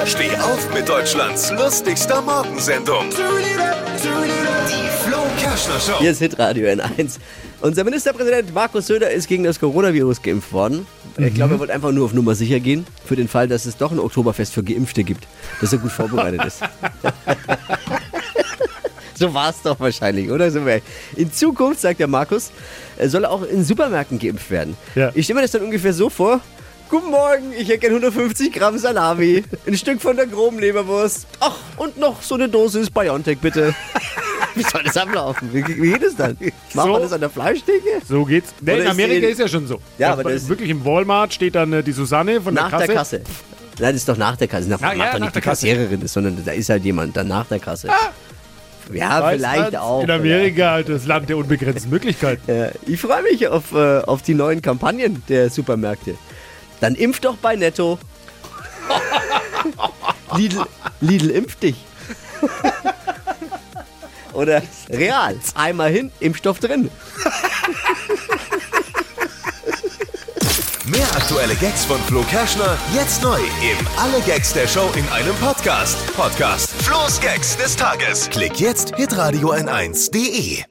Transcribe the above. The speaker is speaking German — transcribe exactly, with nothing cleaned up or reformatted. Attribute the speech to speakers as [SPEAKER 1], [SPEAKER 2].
[SPEAKER 1] Steh auf mit Deutschlands lustigster Morgensendung. Die Flo Kerschner Show.
[SPEAKER 2] Hier ist Hitradio N eins. Unser Ministerpräsident Markus Söder ist gegen das Coronavirus geimpft worden. Mhm. Ich glaube, er wollte einfach nur auf Nummer sicher gehen, für den Fall, dass es doch ein Oktoberfest für Geimpfte gibt, dass er gut vorbereitet ist. So war es doch wahrscheinlich, oder? In Zukunft, sagt der Markus, soll auch in Supermärkten geimpft werden.
[SPEAKER 3] Ja.
[SPEAKER 2] Ich stelle mir das dann ungefähr so vor. Guten Morgen, ich hätte gerne hundertfünfzig Gramm Salami, ein Stück von der groben Leberwurst. Ach, und noch so eine Dosis Biontech, bitte. Wie soll das ablaufen? Wie, wie geht es dann? Macht
[SPEAKER 3] So.
[SPEAKER 2] man das an der Fleischtheke?
[SPEAKER 3] So geht's. Nee,
[SPEAKER 2] Oder
[SPEAKER 3] in
[SPEAKER 2] ist
[SPEAKER 3] Amerika
[SPEAKER 2] die-
[SPEAKER 3] ist ja schon so.
[SPEAKER 2] Ja,
[SPEAKER 3] Das
[SPEAKER 2] aber
[SPEAKER 3] bei-
[SPEAKER 2] das-
[SPEAKER 3] wirklich im Walmart steht dann äh, die Susanne von
[SPEAKER 2] Nach
[SPEAKER 3] der Kasse.
[SPEAKER 2] der Kasse. Nein, das ist doch nach der Kasse. Nach,
[SPEAKER 3] Na,
[SPEAKER 2] macht
[SPEAKER 3] ja,
[SPEAKER 2] doch
[SPEAKER 3] nach
[SPEAKER 2] nicht die
[SPEAKER 3] der Kasse.
[SPEAKER 2] Kassiererin, ist, sondern da ist halt jemand dann nach der Kasse. Ja,
[SPEAKER 3] Weiß
[SPEAKER 2] vielleicht
[SPEAKER 3] man's.
[SPEAKER 2] auch.
[SPEAKER 3] In Amerika halt das Land der unbegrenzten Möglichkeiten.
[SPEAKER 2] Ja, ich freue mich auf, äh, auf die neuen Kampagnen der Supermärkte. Dann impf doch bei Netto. Lidl, Lidl impft dich. Oder Real. Einmal hin, Impfstoff drin.
[SPEAKER 1] Mehr aktuelle Gags von Flo Kerschner jetzt neu im Alle Gags der Show in einem Podcast. Podcast Flo's Gags des Tages. Klick jetzt hitradio n eins punkt de.